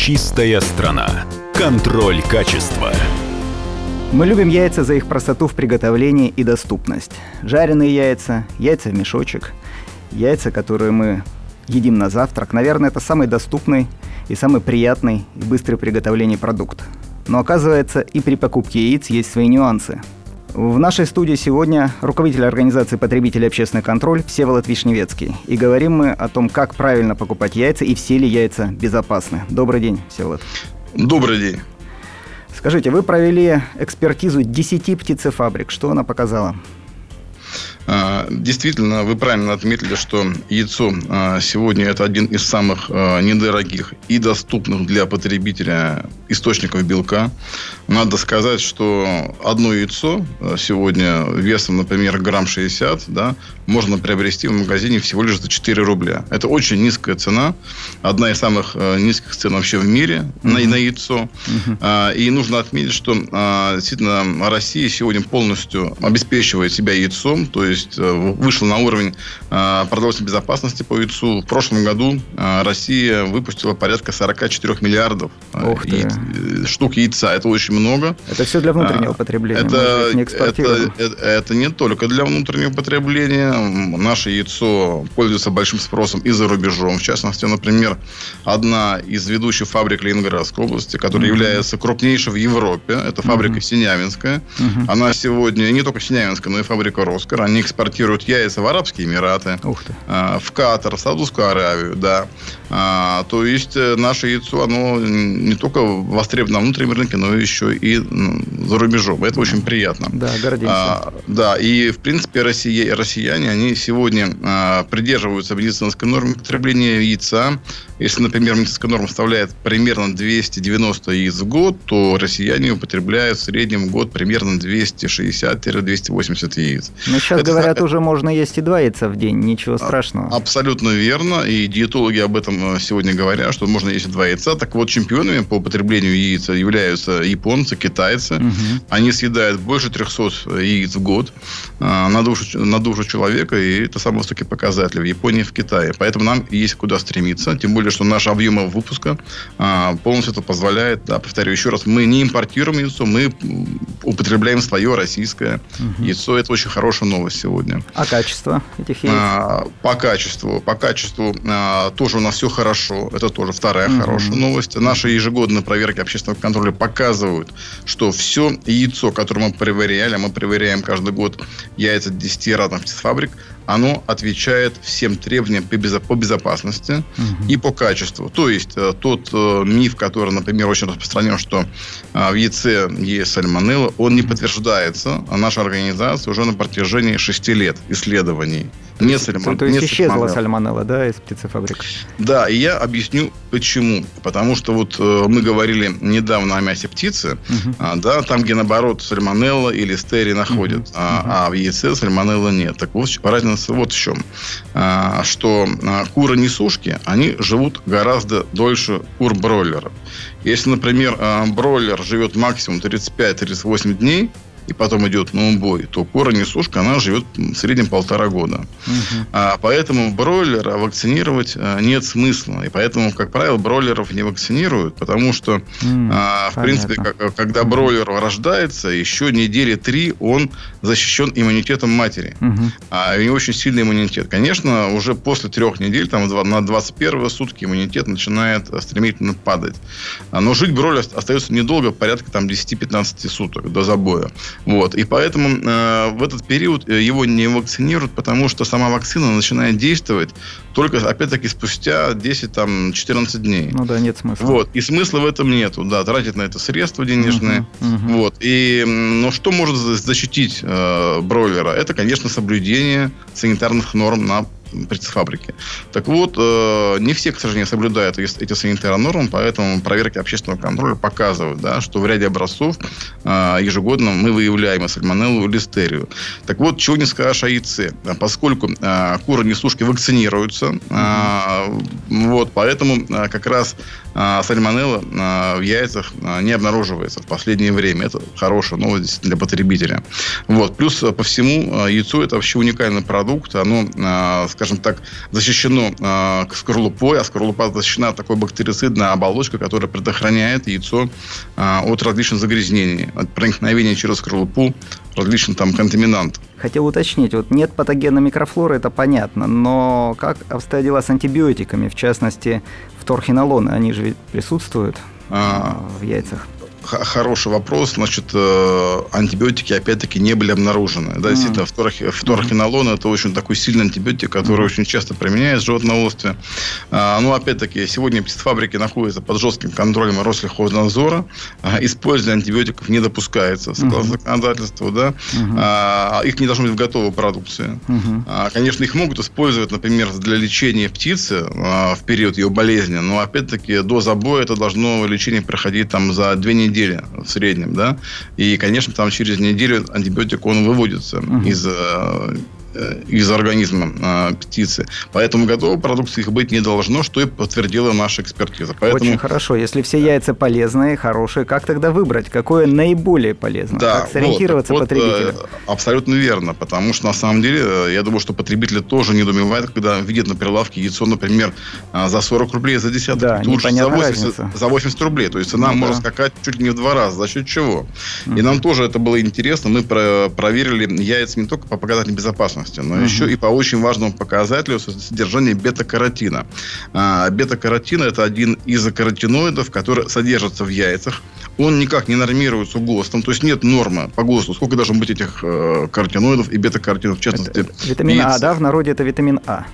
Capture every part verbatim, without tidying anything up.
Чистая страна. Контроль качества. Мы любим яйца за их простоту в приготовлении и доступность. Жареные яйца, яйца в мешочек, яйца, которые мы едим на завтрак. Наверное, это самый доступный и самый приятный и быстрый в приготовлении продукт. Но оказывается, и при покупке яиц есть свои нюансы. В нашей студии сегодня руководитель организации «Потребитель и общественный контроль» Всеволод Вишневецкий. И говорим мы о том, как правильно покупать яйца и все ли яйца безопасны. Добрый день, Всеволод. Добрый день. Скажите, вы провели экспертизу десяти птицефабрик. Что она показала? Действительно, вы правильно отметили, что яйцо сегодня это один из самых недорогих и доступных для потребителя источников белка. Надо сказать, что одно яйцо сегодня весом, например, грамм шестьдесят, да, можно приобрести в магазине всего лишь за четыре рубля. Это очень низкая цена. Одна из самых низких цен вообще в мире uh-huh. на, на яйцо. Uh-huh. И нужно отметить, что действительно Россия сегодня полностью обеспечивает себя яйцом, то есть вышла на уровень продовольственной безопасности по яйцу. В прошлом году Россия выпустила порядка сорок четыре миллиардов я... штук яйца. Это очень много. Это все для внутреннего а, потребления. Это, не это, это, это не только для внутреннего потребления. Наше яйцо пользуется большим спросом и за рубежом. В частности, например, одна из ведущих фабрик Ленинградской области, которая mm-hmm. является крупнейшей в Европе, это фабрика mm-hmm. Синявинская. Mm-hmm. Она сегодня не только Синявинская, но и фабрика Роскар. Они экспортируют яйца в Арабские Эмираты, Ух ты. в Катар, в Саудовскую Аравию. Да. А, то есть наше яйцо, оно не только востребовано на внутреннем рынке, но еще и за рубежом. Это очень приятно. Да, гордимся. А, да, и в принципе россия, россияне, они сегодня а, придерживаются медицинской нормы потребления яйца. Если, например, медицинская норма составляет примерно двести девяносто яиц в год, то россияне употребляют в среднем в год примерно двести шестьдесят - двести восемьдесят яиц. Но сейчас, это, говорят, это... уже можно есть и два яйца в день, ничего страшного. Абсолютно верно, и диетологи об этом сегодня говорят, что можно есть и два яйца. Так вот, чемпионами по потреблению яиц являются японцы, китайцы. Угу. Они съедают больше трехсот яиц в год на душу, на душу человека, и это самый высокий показатель в Японии и в Китае. Поэтому нам есть куда стремиться, тем более, что наши объемы выпуска полностью это позволяет. Да, повторю еще раз, мы не импортируем яйцо, мы употребляем свое российское угу. яйцо. Это очень хорошая новость сегодня. А качество этих яиц? А, по качеству, по качеству а, тоже у нас все хорошо. Это тоже вторая угу. хорошая новость. Наши ежегодные проверки общественного контроля показывают, что все яйцо, которое мы проверяли, мы проверяем каждый год яйца десяти разных птицефабрик, оно отвечает всем требованиям по безопасности угу. и по качеству. То есть, тот миф, который, например, очень распространен, что в яйце есть сальмонелла, он не подтверждается. А наша организация уже на протяжении шести лет исследований. Не сальмон... То есть, не исчезла сальмонелла, да, из птицефабрик? Да, и я объясню, почему. Потому что вот мы говорили недавно о мясе птицы, угу. да, там, где, наоборот, сальмонелла или листерий находят, угу. а, а в яйце сальмонелла нет. Так вот, разница вот в чем. Что куры-несушки, они живут гораздо дольше кур-бройлеров. Если, например, бройлер живет максимум тридцать пять - тридцать восемь дней, и потом идет на убой, то кура-несушка, она живет в среднем полтора года. Угу. А, поэтому бройлера вакцинировать а, нет смысла. И поэтому, как правило, бройлеров не вакцинируют, потому что, mm, а, в принципе, как, когда бройлер рождается, еще недели три он защищен иммунитетом матери. Угу. А, у него очень сильный иммунитет. Конечно, уже после трех недель, там, на двадцать первые сутки иммунитет начинает стремительно падать. А, но жить бройлер остается недолго, порядка там, десять-пятнадцать суток до забоя. Вот. И поэтому э, в этот период его не вакцинируют, потому что сама вакцина начинает действовать только, опять-таки, спустя десять-четырнадцать дней. Ну да, нет смысла. Вот. И смысла в этом нету. Да, тратить на это средства денежные. Uh-huh, uh-huh. Вот. И, но что может защитить э, бройлера? Это, конечно, соблюдение санитарных норм на птицефабрики. Так вот, э, не все, к сожалению, соблюдают эти санитарные нормы, поэтому проверки общественного контроля показывают, да, что в ряде образцов э, ежегодно мы выявляем и сальмонеллу, и листерию. Так вот, чего не скажешь о яйце. Поскольку э, куры-несушки вакцинируются, э, вот, поэтому э, как раз э, сальмонелла э, в яйцах э, не обнаруживается в последнее время. Это хорошая новость для потребителя. Вот. Плюс, по всему, яйцо – это вообще уникальный продукт. Оно, э, скажем, скажем так, защищено э, скорлупой, а скорлупа защищена такой бактерицидной оболочкой, которая предохраняет яйцо э, от различных загрязнений, от проникновения через скорлупу различных там контаминантов. Хотел уточнить, вот нет патогенной микрофлоры, это понятно, но как обстоят дела с антибиотиками, в частности, фторхинолоны, они же ведь присутствуют а... в яйцах? Хороший вопрос. Значит, антибиотики, опять-таки, не были обнаружены. Да, действительно, фторхинолон – это очень такой сильный антибиотик, который очень часто применяют в животноводстве. Но, опять-таки, сегодня птицефабрики находятся под жестким контролем Рослехознадзора. Использование антибиотиков не допускается, согласно законодательству. Да. Их не должно быть в готовой продукции. Конечно, их могут использовать, например, для лечения птицы в период ее болезни, но, опять-таки, до забоя это должно лечение проходить там, за две недели в среднем, да, и, конечно, там через неделю антибиотик, он выводится uh-huh. из, из организма э, птицы. Поэтому готовой продукции их быть не должно, что и подтвердила наша экспертиза. Поэтому... Очень хорошо. Если все яйца полезные, хорошие, как тогда выбрать? Какое наиболее полезно? Да, как сориентироваться вот, потребителю? Вот, абсолютно верно. Потому что, на самом деле, я думаю, что потребители тоже недоумевают, когда видят на прилавке яйцо, например, за сорок рублей за десяток. Да, лучше за восемьдесят, разница. за восемьдесят рублей. То есть цена ну, может да. скакать чуть ли не в два раза. За счет чего? Uh-huh. И нам тоже это было интересно. Мы про- проверили яйца не только по показателям безопасности, но uh-huh. еще и по очень важному показателю содержания бета-каротина. А, бета-каротин – это один из каротиноидов, который содержится в яйцах. Он никак не нормируется ГОСТом, то есть нет нормы по ГОСТу, сколько должно быть этих э, каротиноидов и бета-каротинов, в частности. Это витамин А, да? В народе это витамин А.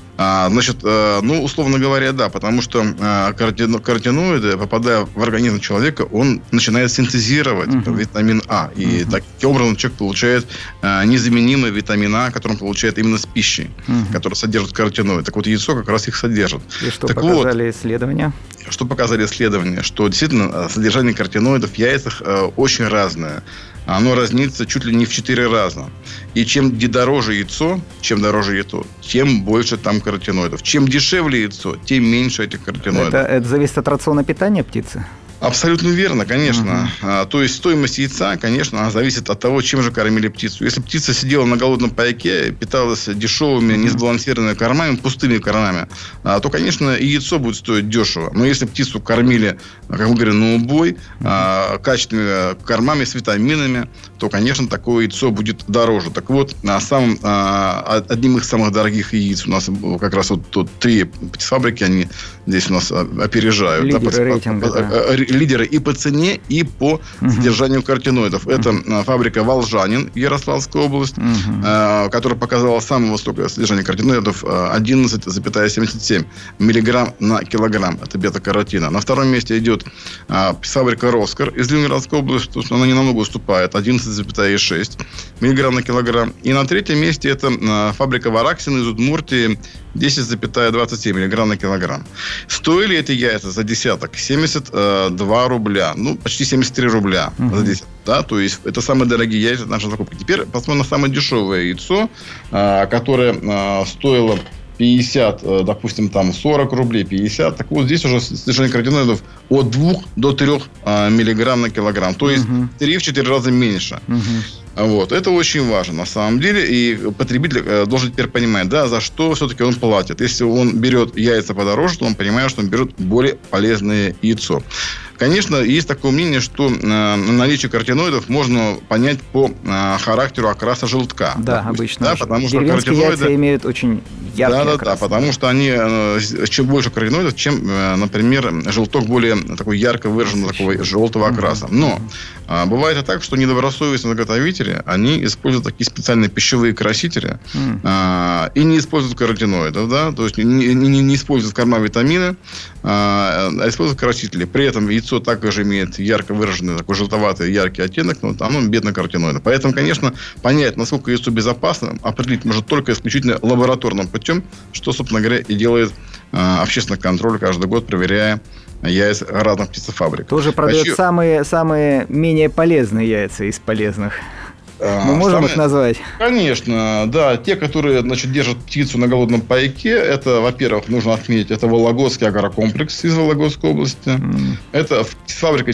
А, значит, э, ну, условно говоря, да, потому что э, каротино, каротиноиды, попадая в организм человека, он начинает синтезировать uh-huh. витамин А. И uh-huh. таким образом человек получает э, незаменимый витамин А, который он получает именно с пищей, uh-huh. который содержит каротиноиды. Так вот, яйцо как раз их содержит. И что так показали вот, исследования? Что показали исследования? Что действительно содержание каротиноидов в яйцах э, очень разное. Оно разнится чуть ли не в четыре раза. И чем дороже яйцо, чем дороже яйцо, тем больше там каротиноидов. Чем дешевле яйцо, тем меньше этих каротиноидов. Это, это зависит от рациона питания птицы? Абсолютно верно, конечно. Uh-huh. То есть стоимость яйца, конечно, она зависит от того, чем же кормили птицу. Если птица сидела на голодном пайке, питалась дешевыми, uh-huh. несбалансированными кормами, пустыми кормами, то, конечно, и яйцо будет стоить дешево. Но если птицу кормили, как мы говорим, на убой, uh-huh. качественными кормами с витаминами, то, конечно, такое яйцо будет дороже. Так вот, самым, одним из самых дорогих яиц у нас как раз вот тут три птицефабрики, они здесь у нас опережают. Лидеры да, рейтинга, да. Лидеры и по цене, и по uh-huh. содержанию каротиноидов. Uh-huh. Это фабрика «Волжанин», Ярославская область, uh-huh. которая показала самое высокое содержание каротиноидов одиннадцать целых семьдесят семь миллиграмм на килограмм. Это бета-каротина. На втором месте идет фабрика «Роскар» из Ленинградской области. То есть она не намного уступает. одиннадцать целых шесть миллиграмм на килограмм. И на третьем месте это фабрика «Вараксин» из Удмуртии. десять целых двадцать семь миллиграмм на килограмм. Стоили эти яйца за десяток семьдесят два рубля. Ну, почти семьдесят три рубля uh-huh. за десяток. Да? То есть, это самые дорогие яйца нашей закупки. Теперь посмотрим на самое дешевое яйцо, которое стоило пятьдесят, допустим, там сорок рублей, пятьдесят. Так вот, здесь уже содержание каротиноидов от двух до трёх миллиграмм на килограмм. То есть, uh-huh. три-четыре раза меньше. Uh-huh. Вот. Это очень важно, на самом деле. И потребитель должен теперь понимать, да, за что все-таки он платит. Если он берет яйца подороже, то он понимает, что он берет более полезное яйцо. Конечно, есть такое мнение, что э, наличие каротиноидов можно понять по э, характеру окраса желтка. Да, допустим, обычно. Да, потому что каротиноиды яйца имеют очень яркий да, да, окрас. Да, потому что они, э, чем больше каротиноидов, чем, э, например, желток более такой ярко выраженного такого желтого окраса. Но э, бывает и так, что недобросовестные заготовители, они используют такие специальные пищевые красители э, и не используют каротиноидов, да, то есть не, не, не используют в корма витамины, э, а используют красители. При этом яйцо также имеет ярко выраженный такой желтоватый яркий оттенок, но оно бедно каротиноидно. Поэтому, конечно, понять, насколько яйцо безопасно, определить можно только исключительно лабораторным путем, что, собственно говоря, и делает э, общественный контроль каждый год, проверяя яйца разных птицефабрик. Тоже продает Хочу... самые, самые менее полезные яйца из полезных. Мы можем Самые... их назвать? Конечно, да. Те, которые, значит, держат птицу на голодном пайке, это, во-первых, нужно отметить, это Вологодский агрокомплекс из Вологодской области. Mm. Это фабрика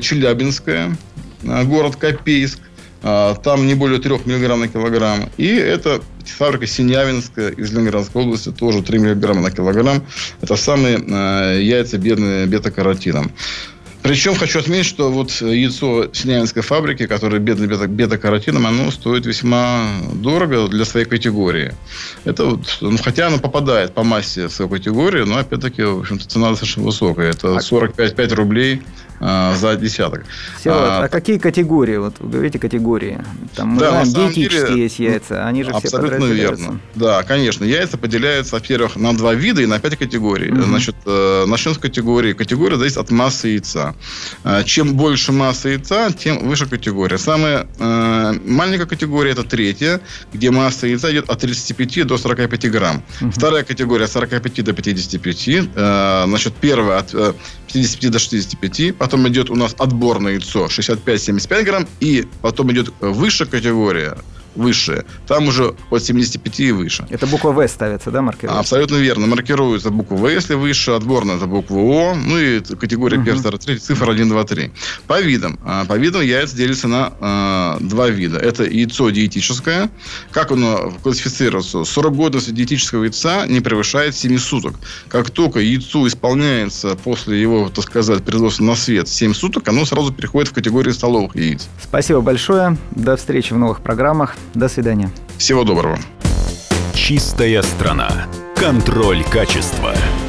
Челябинская, город Копейск. Там не более трех миллиграмм на килограмм. И это птицефабрика Синявинская из Ленинградской области, тоже три миллиграмма на килограмм. Это самые э, яйца бедные бета-каротином. Причем хочу отметить, что вот яйцо Синявинской фабрики, которое бедное бета- бета-каротином, оно стоит весьма дорого для своей категории. Это вот, ну, хотя оно попадает по массе в свою категорию, но опять-таки, в общем-то, цена достаточно высокая. Это сорок пять рублей а, за десяток. Всеволод, а, а а какие категории? Вот вы говорите категории. Там, мы да, знаем, диетические деле, есть яйца, они же абсолютно все верно. Да, конечно. Яйца поделяются, во-первых, на два вида и на пять категорий. Угу. Значит, э, начнем с категории. Категория зависит от массы яйца. Э, чем больше масса яйца, тем выше категория. Самая э, маленькая категория – это третья, где масса яйца идет от тридцати пяти до сорока пяти грамм. Угу. Вторая категория – от сорока пяти до пятидесяти пяти. Э, значит, первая – от э, пятидесяти пяти до шестидесяти пяти. Потом идет у нас отборное яйцо шестьдесят пять - семьдесят пять грамм. И потом идет высшая категория, высшая. Там уже от семидесяти пяти и выше. Это буква В ставится, да, маркируется? Абсолютно верно. Маркируется буква В, если выше, отборная это буква О, ну и категория uh-huh. первая, вторая, третья, цифра один, два, три. По видам. По видам яйца делятся на а, два вида. Это яйцо диетическое. Как оно классифицируется? Срок годности диетического яйца не превышает семи суток. Как только яйцу исполняется после его, так сказать, производства на свет семь суток, оно сразу переходит в категорию столовых яиц. Спасибо большое. До встречи в новых программах. До свидания. Всего доброго. Чистая страна. Контроль качества.